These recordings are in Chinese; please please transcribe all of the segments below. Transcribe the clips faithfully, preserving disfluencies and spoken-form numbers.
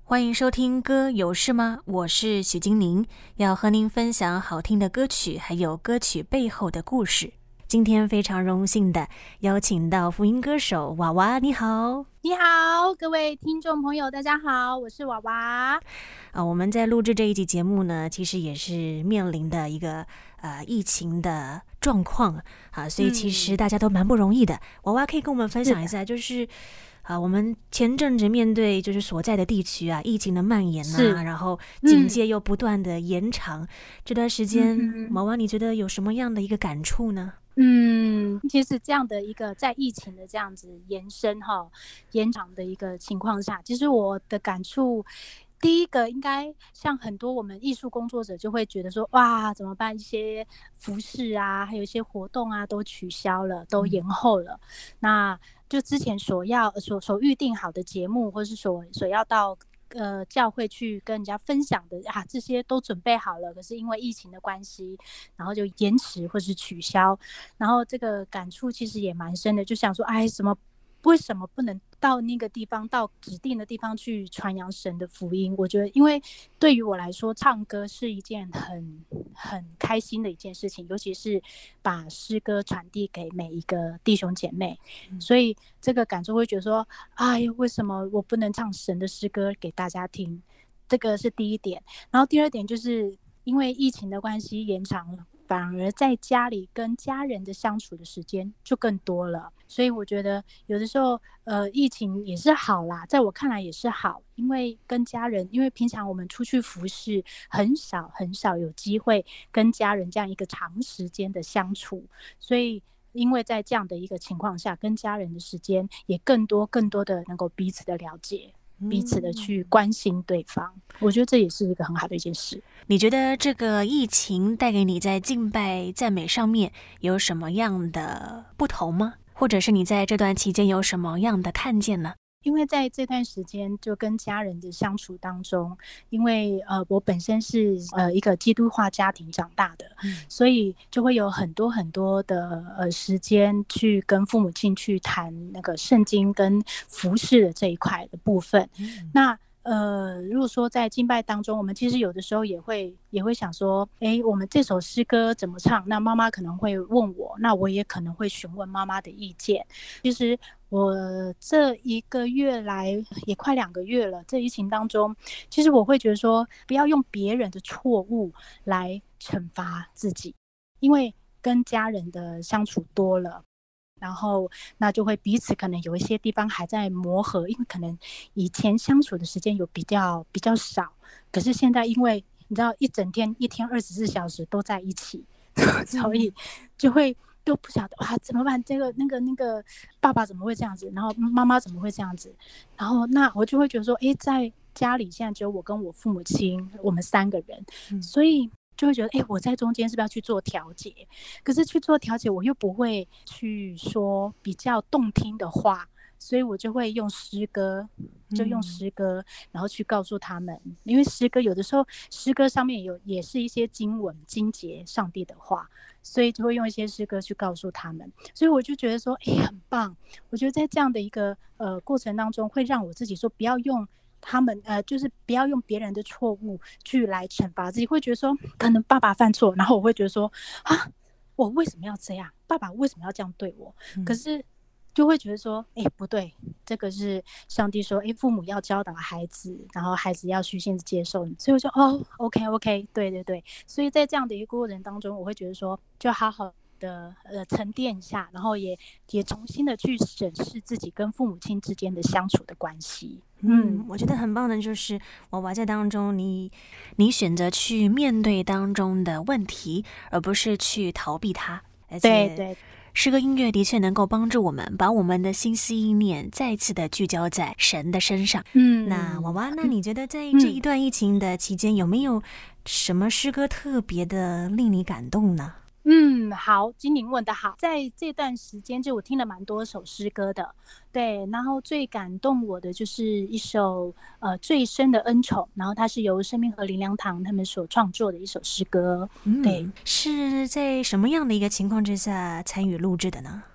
欢迎收听歌有事吗？我是许金玲，要和您分享好听的歌曲，还有歌曲背后的故事。今天非常荣幸的邀请到福音歌手娃娃，你好。 你好，各位听众朋友，大家好，我是娃娃。 啊，我们在录制这一集节目呢，其实也是面临的一个呃疫情的状况啊，所以其实大家都蛮不容易的。嗯、娃娃可以跟我们分享一下，就是啊，我们前阵子面对就是所在的地区啊，疫情的蔓延啊，然后警戒又不断的延长，嗯、这段时间，嗯、娃娃你觉得有什么样的一个感触呢？ 嗯，其实这样的一个在疫情的这样子延伸哈延长的一个情况下，其实我的感触，第一个应该像很多我们艺术工作者就会觉得说，哇，怎么办？一些服饰啊，还有一些活动啊，都取消了，都延后了。嗯、那就之前所要所所预定好的节目，或是所所要到呃教会去跟人家分享的啊，这些都准备好了，可是因为疫情的关系，然后就延迟或是取消。然后这个感触其实也蛮深的，就想说，哎，什么？为什么不能到那个地方，到指定的地方去传扬神的福音？我觉得，因为对于我来说，唱歌是一件很很开心的一件事情，尤其是把诗歌传递给每一个弟兄姐妹。嗯、所以这个感受会觉得说，哎，为什么我不能唱神的诗歌给大家听？这个是第一点。然后第二点就是因为疫情的关系延长了。反而在家里跟家人的相处的时间就更多了，所以我觉得有的时候，呃，疫情也是好啦，在我看来也是好，因为跟家人，因为平常我们出去服侍，很少很少有机会跟家人这样一个长时间的相处，所以因为在这样的一个情况下，跟家人的时间也更多更多的能够彼此的了解。彼此的去关心对方，嗯、我觉得这也是一个很好的一件事。 你觉得这个疫情带给你在敬拜赞美上面有什么样的不同吗？或者是你在这段期间有什么样的看见呢？ 因为在这段时间就跟家人的相处当中，因为呃我本身是呃一个基督化家庭长大的，嗯、所以就会有很多很多的呃时间去跟父母亲去谈那个圣经跟服事的这一块的部分。嗯、那呃，如果说在敬拜当中，我们其实有的时候也会也会想说，哎，我们这首诗歌怎么唱？那妈妈可能会问我，那我也可能会询问妈妈的意见。其实我这一个月来也快两个月了，这疫情当中，其实我会觉得说，不要用别人的错误来惩罚自己，因为跟家人的相处多了。然后那就会彼此可能有一些地方还在磨合，因为可能以前相处的时间有比较比较少，可是现在因为你知道一整天一天二十四小时都在一起，所以就会都不晓得哇怎么办，这个那个那个爸爸怎么会这样子，然后妈妈怎么会这样子，然后那我就会觉得说，哎，在家里现在只有我跟我父母亲我们三个人，嗯、所以就会觉得，哎，我在中间是不是要去做调节？可是去做调节，我又不会去说比较动听的话，所以我就会用诗歌，就用诗歌，嗯、然后去告诉他们，因为诗歌有的时候，诗歌上面有也是一些经文、经节、上帝的话，所以就会用一些诗歌去告诉他们。所以我就觉得说，哎，很棒！我觉得在这样的一个呃过程当中，会让我自己说，不要用。他们呃，就是不要用别人的错误去来惩罚自己，会觉得说可能爸爸犯错，然后我会觉得说啊，我为什么要这样？爸爸为什么要这样对我？嗯、可是就会觉得说，哎，不对，这个是上帝说，哎，父母要教导孩子，然后孩子要虚心接受你，所以我就哦 ，OK OK， 对对对，所以在这样的一个过程当中，我会觉得说，就好好的呃沉淀一下，然后也也重新的去审视自己跟父母亲之间的相处的关系。 嗯，我觉得很棒的就是娃娃在当中你，你选择去面对当中的问题，而不是去逃避它。而且， 对对， 诗歌音乐的确能够帮助我们把我们的心思意念再次的聚焦在神的身上。嗯，那娃娃，那你觉得在这一段疫情的期间，嗯、有没有什么诗歌特别的令你感动呢？ 嗯，好，金玲问的好，在这段时间就我听了蛮多首诗歌的，对，然后最感动我的就是一首呃最深的恩宠，然后它是由生命和灵粮堂他们所创作的一首诗歌， 嗯， 对， 是在什么样的一个情况之下参与录制的呢？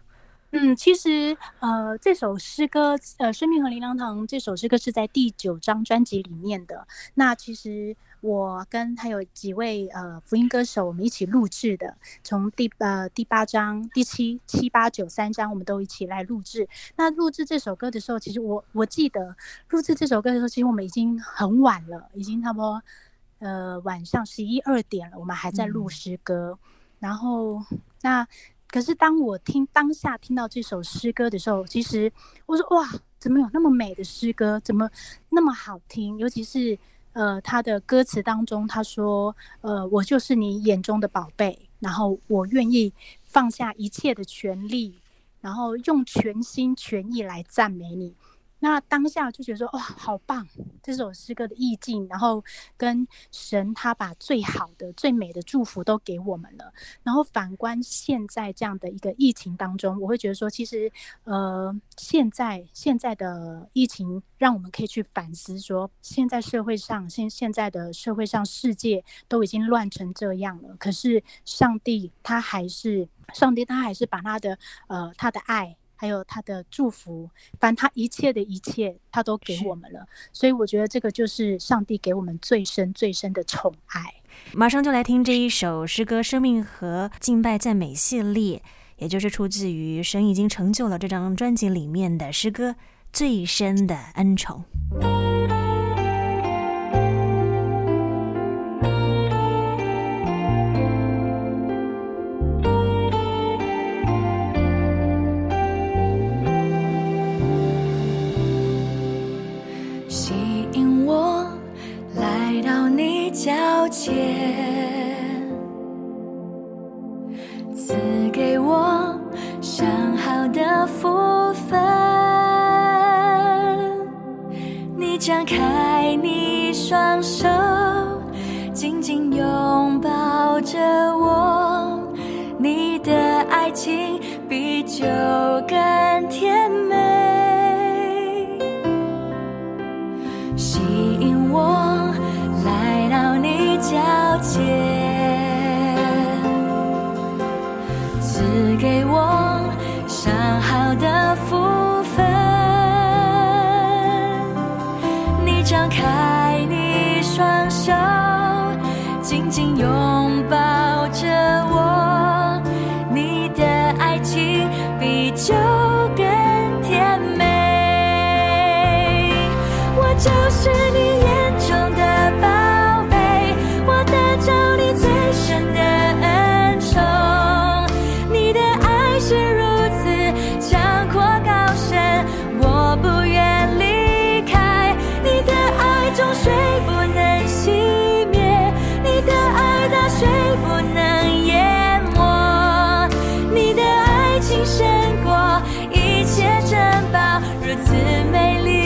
嗯，其实呃，这首诗歌呃，《生命和灵粮堂》这首诗歌是在第九张专辑里面的。那其实我跟还有几位呃福音歌手，我们一起录制的。从第呃第八章、第七、七八九三章，我们都一起来录制。那录制这首歌的时候，其实我我记得录制这首歌的时候，其实我们已经很晚了，已经差不多呃晚上十一二点了，我们还在录诗歌。嗯、然后那。可是当我听当下听到这首诗歌的时候，其实我说哇，怎么有那么美的诗歌，怎么那么好听？尤其是呃他的歌词当中，他说呃我就是你眼中的宝贝，然后我愿意放下一切的权利，然后用全心全意来赞美你。那当下就觉得说哇，好棒！这首诗歌的意境，然后跟神他把最好的、最美的祝福都给我们了。然后反观现在这样的一个疫情当中，我会觉得说，其实呃，现在现在的疫情让我们可以去反思说，现在社会上现现在的社会上世界都已经乱成这样了，可是上帝他还是上帝他还是把他的呃他的爱。还有他的祝福，反正他一切的一切他都给我们了，所以我觉得这个就是上帝给我们最深最深的宠爱。 马上就来听这一首诗歌《生命和敬拜赞美系列》，也就是出自于神已经成就了这张专辑里面的诗歌《最深的恩宠》。 脚前赐给我上好的福分，你张开你双手，紧紧拥抱着我，你的爱情比酒更甜美，吸引我来到你脚前，赐给我上好的福分，你张开你双手，紧紧拥抱着我，你的爱情比酒更甜美，我就是你眼中的宝贝，我得着你最深的恩宠，你的爱是如此强阔高深，我不愿离开，你的爱中水不能熄灭，你的爱大水不能淹没，你的爱情胜过一切珍宝，如此美丽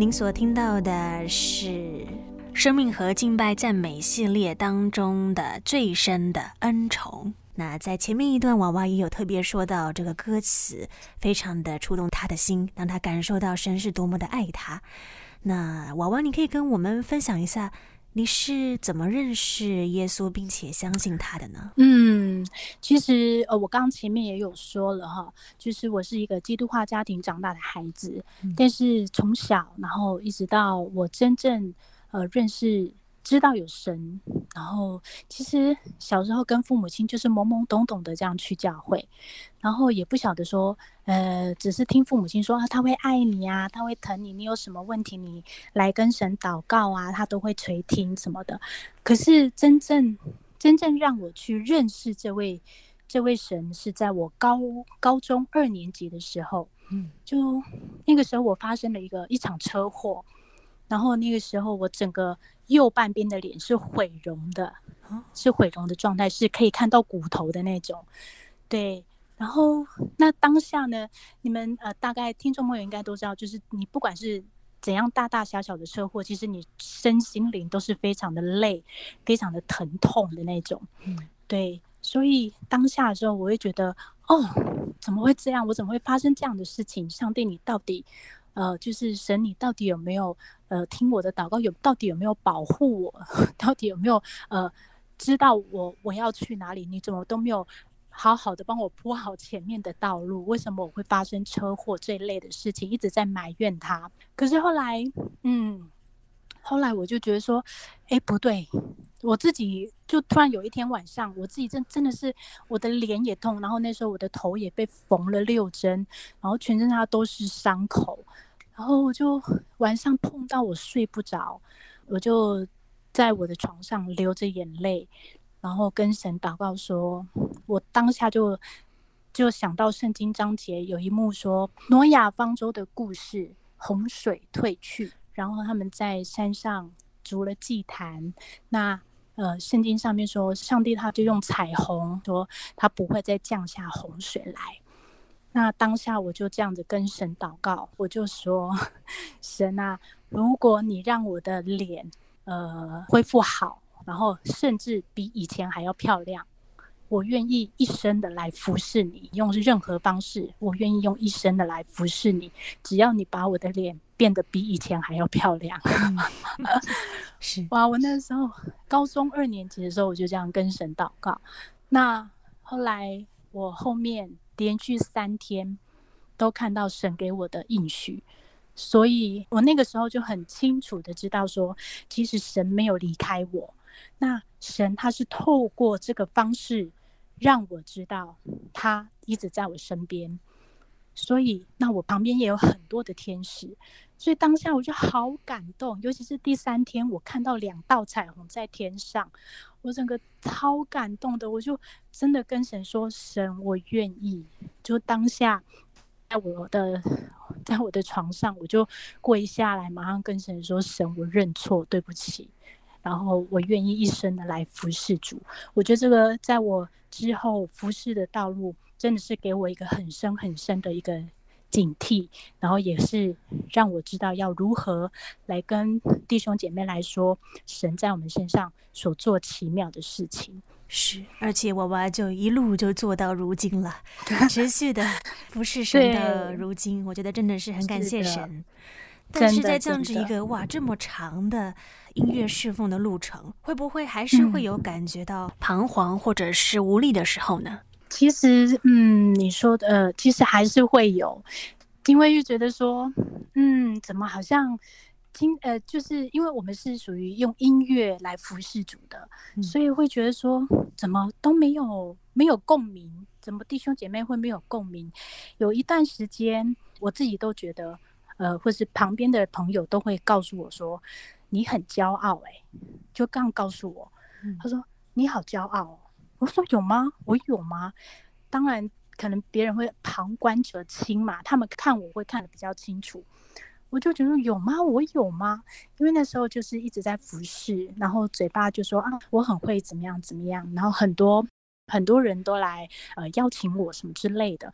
您所听到的是生命和敬拜赞美系列当中的最深的恩宠。那在前面一段，娃娃也有特别说到这个歌词非常的触动他的心，让他感受到神是多么的爱他。那娃娃，你可以跟我们分享一下你是怎么认识耶稣并且相信他的呢？ 嗯，其实呃，我刚刚前面也有说了哈，就是我是一个基督化家庭长大的孩子，嗯、但是从小然后一直到我真正呃认识知道有神，然后其实小时候跟父母亲就是懵懵懂懂的这样去教会，然后也不晓得说呃，只是听父母亲说啊，他会爱你啊，他会疼你，你有什么问题你来跟神祷告啊，他都会垂听什么的。可是真正真正让我去认识这位这位神是在我高高中二年级的时候，嗯，就那个时候我发生了一个一场车祸，然后那个时候我整个右半边的脸是毁容的，是毁容的状态，是可以看到骨头的那种，对。然后那当下呢，你们呃大概听众朋友应该都知道，就是你不管是怎样大大小小的车祸，其实你身心灵都是非常的累，非常的疼痛的那种，嗯，对。所以当下的时候，我会觉得，哦，怎么会这样？我怎么会发生这样的事情？上帝，你到底，呃，就是神，你到底有没有呃听我的祷告？有到底有没有保护我？到底有没有呃知道我我要去哪里？你怎么都没有好好的帮我铺好前面的道路？为什么我会发生车祸这一类的事情？一直在埋怨他。可是后来，嗯，后来我就觉得说，哎，不对。我自己就突然有一天晚上，我自己真真的是我的脸也痛，然后那时候我的头也被缝了六针，然后全身上都是伤口，然后我就晚上痛到我睡不着，我就在我的床上流着眼泪，然后跟神祷告说，我当下就就想到圣经章节有一幕说挪亚方舟的故事，洪水退去，然后他们在山上筑了祭坛，那呃，圣经上面说，上帝他就用彩虹说，他不会再降下洪水来。那当下我就这样子跟神祷告，我就说，神啊，如果你让我的脸呃恢复好，然后甚至比以前还要漂亮，我愿意一生的来服侍你，用任何方式，我愿意用一生的来服侍你，只要你把我的脸变得比以前还要漂亮。 是哇！我那时候高中二年级的时候，我就这样跟神祷告。那后来我后面连续三天都看到神给我的应许，所以我那个时候就很清楚的知道说，其实神没有离开我。那神他是透过这个方式让我知道他一直在我身边，所以那我旁边也有很多的天使，所以当下我就好感动，尤其是第三天我看到两道彩虹在天上，我整个超感动的，我就真的跟神说，神我愿意，就当下在我的在我的床上我就跪下来，马上跟神说，神我认错，对不起，然后我愿意一生的来服侍主。我觉得这个在我之后服侍的道路真的是给我一个很深很深的一个警惕，然后也是让我知道要如何来跟弟兄姐妹来说神在我们身上所做奇妙的事情。 是，而且娃娃就一路就做到如今了，持续的服侍神的如今，我觉得真的是很感谢神。但是在这样子一个哇这么长的音乐侍奉的路程，会不会还是会有感觉到彷徨或者是无力的时候呢？ 其实嗯你说的呃其实还是会有，因为就觉得说嗯怎么好像今呃就是因为我们是属于用音乐来服侍主的、嗯、所以会觉得说怎么都没有没有共鸣，怎么弟兄姐妹会没有共鸣。有一段时间我自己都觉得呃，或是旁边的朋友都会告诉我说你很骄傲哎、欸，就刚告诉我、嗯、他说你好骄傲、哦、我说有吗？我有吗？当然可能别人会旁观者清嘛，他们看我会看得比较清楚，我就觉得有吗？我有吗？因为那时候就是一直在服侍，然后嘴巴就说啊我很会怎么样怎么样，然后很多很多人都来呃邀请我什么之类的，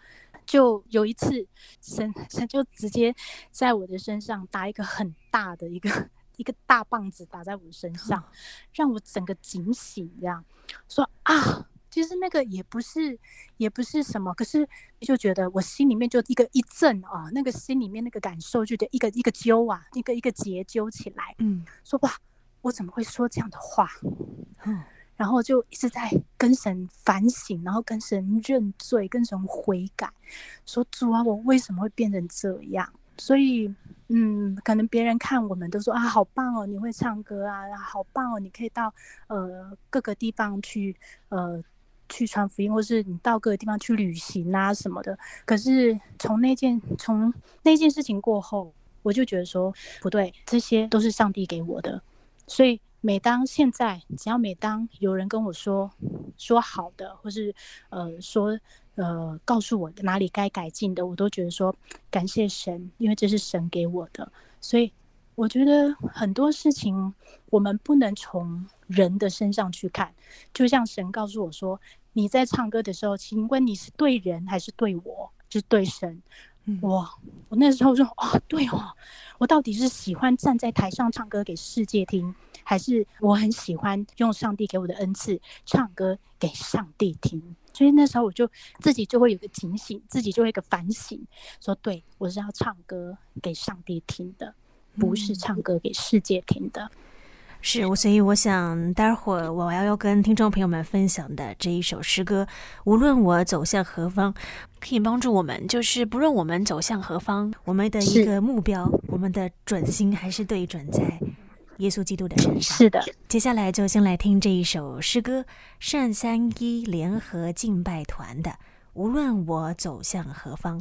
就有一次神神就直接在我的身上打一个很大的一个一个大棒子打在我身上，让我整个警醒，这样说啊，其实那个也不是也不是什么，可是就觉得我心里面就一个一震啊，那个心里面那个感受就得一个一个揪啊，一个一个结揪起来，嗯，说哇，我怎么会说这样的话？嗯。然后就一直在跟神反省，然后跟神认罪，跟神悔改，说主啊，我为什么会变成这样？所以嗯，可能别人看我们都说啊，好棒哦，你会唱歌啊，好棒哦，你可以到呃各个地方去呃去传福音，或是你到各个地方去旅行啊什么的。可是从那件从那件事情过后，我就觉得说不对，这些都是上帝给我的，所以每当现在，只要每当有人跟我说说好的，或是呃说呃告诉我哪里该改进的，我都觉得说感谢神，因为这是神给我的。所以我觉得很多事情我们不能从人的身上去看，就像神告诉我说，你在唱歌的时候，请问你是对人还是对我？就是对神。哇，我那时候说哦，对哦，我到底是喜欢站在台上唱歌给世界听，还是我很喜欢用上帝给我的恩赐唱歌给上帝听？所以那时候我就自己就会有个警醒，自己就会有个反省，说对，我是要唱歌给上帝听的，不是唱歌给世界听的。 是，所以我想待会儿我要要跟听众朋友们分享的这一首诗歌，无论我走向何方，可以帮助我们，就是不论我们走向何方，我们的一个目标，我们的准心还是对准在耶稣基督的身上。 是的， 接下来就先来听这一首诗歌，圣三一联合敬拜团的《无论我走向何方》。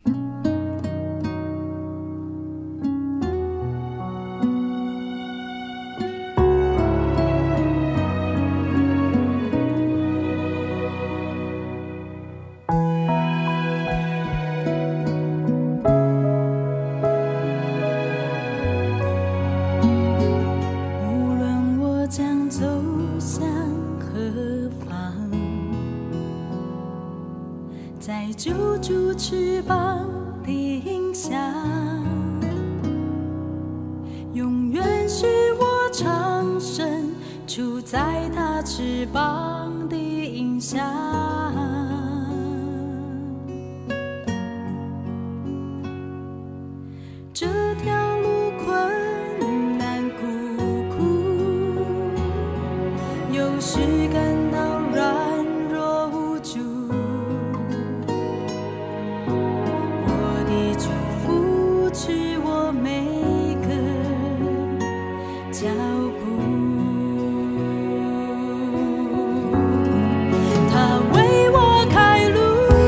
救主翅膀的影响，永远是我长生处在他翅膀的影响。这条路困难苦苦，有时感到软弱无助，我的主扶持我每个脚步，他为我开路，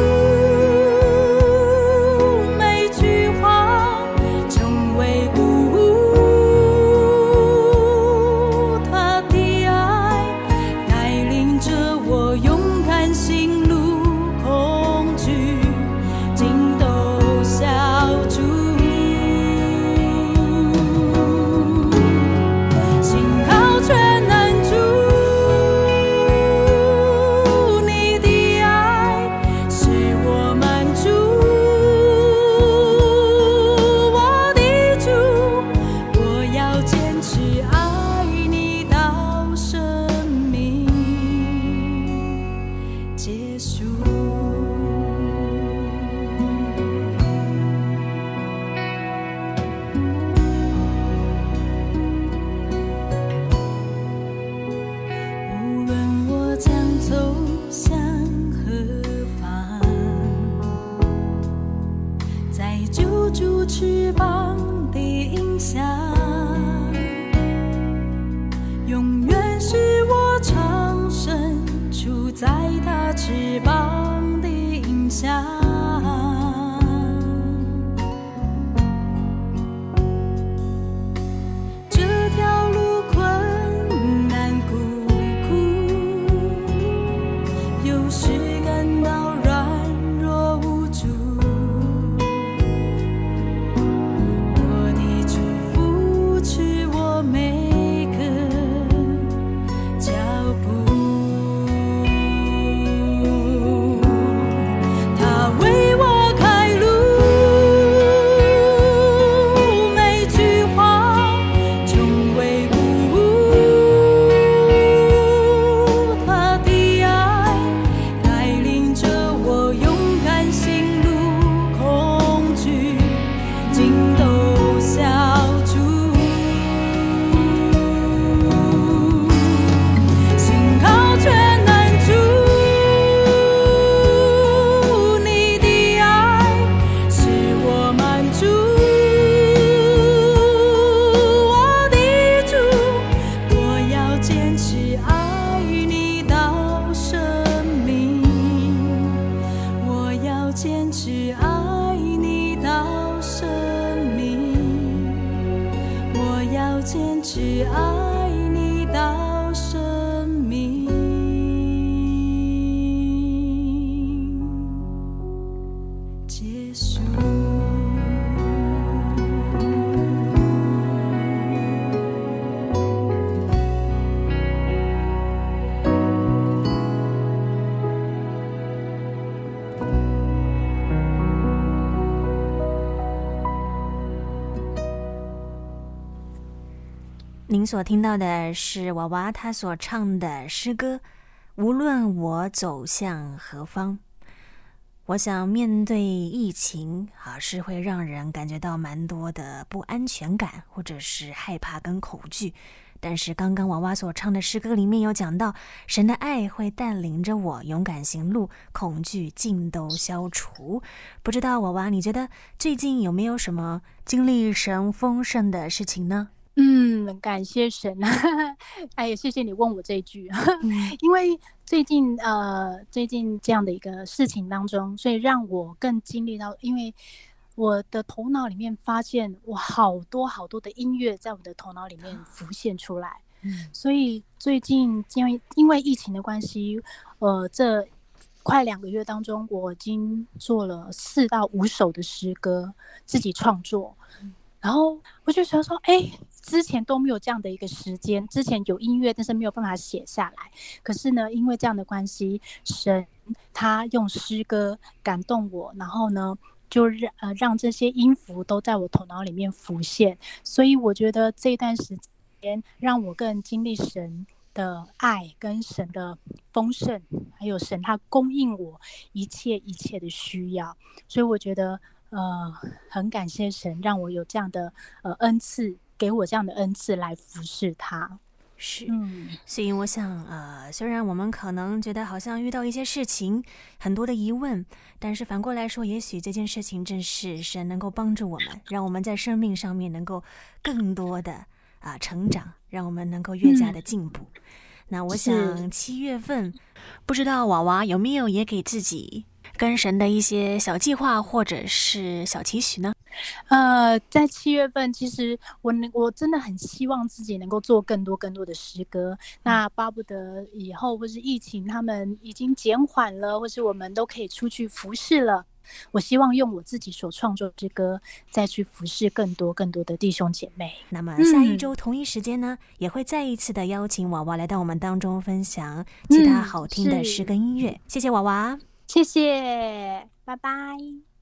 每句话成为鼓舞，他的爱带领着我勇敢行路，恐惧尽都消除，心靠全能主，你的爱使我满足，我的主，我要坚持爱你到生命结束。无论我将走向何方，在救主翅膀的影响，永远是我长生处在他翅膀的影响。这条路困难苦苦，有时感到软弱无助，我的主扶持我每个脚步，他您所听到的是娃娃他所唱的诗歌《无论我走向何方》。我想面对疫情啊，是会让人感觉到蛮多的不安全感，或者是害怕跟恐惧。但是刚刚娃娃所唱的诗歌里面有讲到，神的爱会带领着我勇敢行路，恐惧尽都消除。不知道娃娃你觉得最近有没有什么经历神丰盛的事情呢？ 嗯，感谢神啊！哎呀，谢谢你问我这一句，嗯、因为最近呃，最近这样的一个事情当中，所以让我更经历到，因为我的头脑里面发现，我好多好多的音乐在我的头脑里面浮现出来，嗯、所以最近因为因为疫情的关系，呃，这快两个月当中，我已经做了四到五首的诗歌，自己创作。然后我就想说，哎，之前都没有这样的一个时间，之前有音乐，但是没有办法写下来。可是呢，因为这样的关系，神他用诗歌感动我，然后呢，就让呃让这些音符都在我头脑里面浮现。所以我觉得这一段时间让我更经历神的爱跟神的丰盛，还有神他供应我一切一切的需要。所以我觉得。呃，很感谢神让我有这样的呃恩赐，给我这样的恩赐来服侍他。 是，嗯，所以我想，呃，虽然我们可能觉得好像遇到一些事情，很多的疑问，但是反过来说，也许这件事情正是神能够帮助我们，让我们在生命上面能够更多的啊、呃、成长，让我们能够越加的进步。嗯、那我想七月份，不知道娃娃有没有也给自己跟神的一些小计划或者是小期许呢？ 呃，在七月份，其实我我真的很希望自己能够做更多更多的诗歌。那巴不得以后或是疫情他们已经减缓了，或是我们都可以出去服侍了。我希望用我自己所创作之歌，再去服侍更多更多的弟兄姐妹。 那么下一周同一时间呢，嗯、也会再一次的邀请娃娃来到我们当中分享其他好听的诗跟音乐。嗯、谢谢娃娃。 谢谢，拜拜。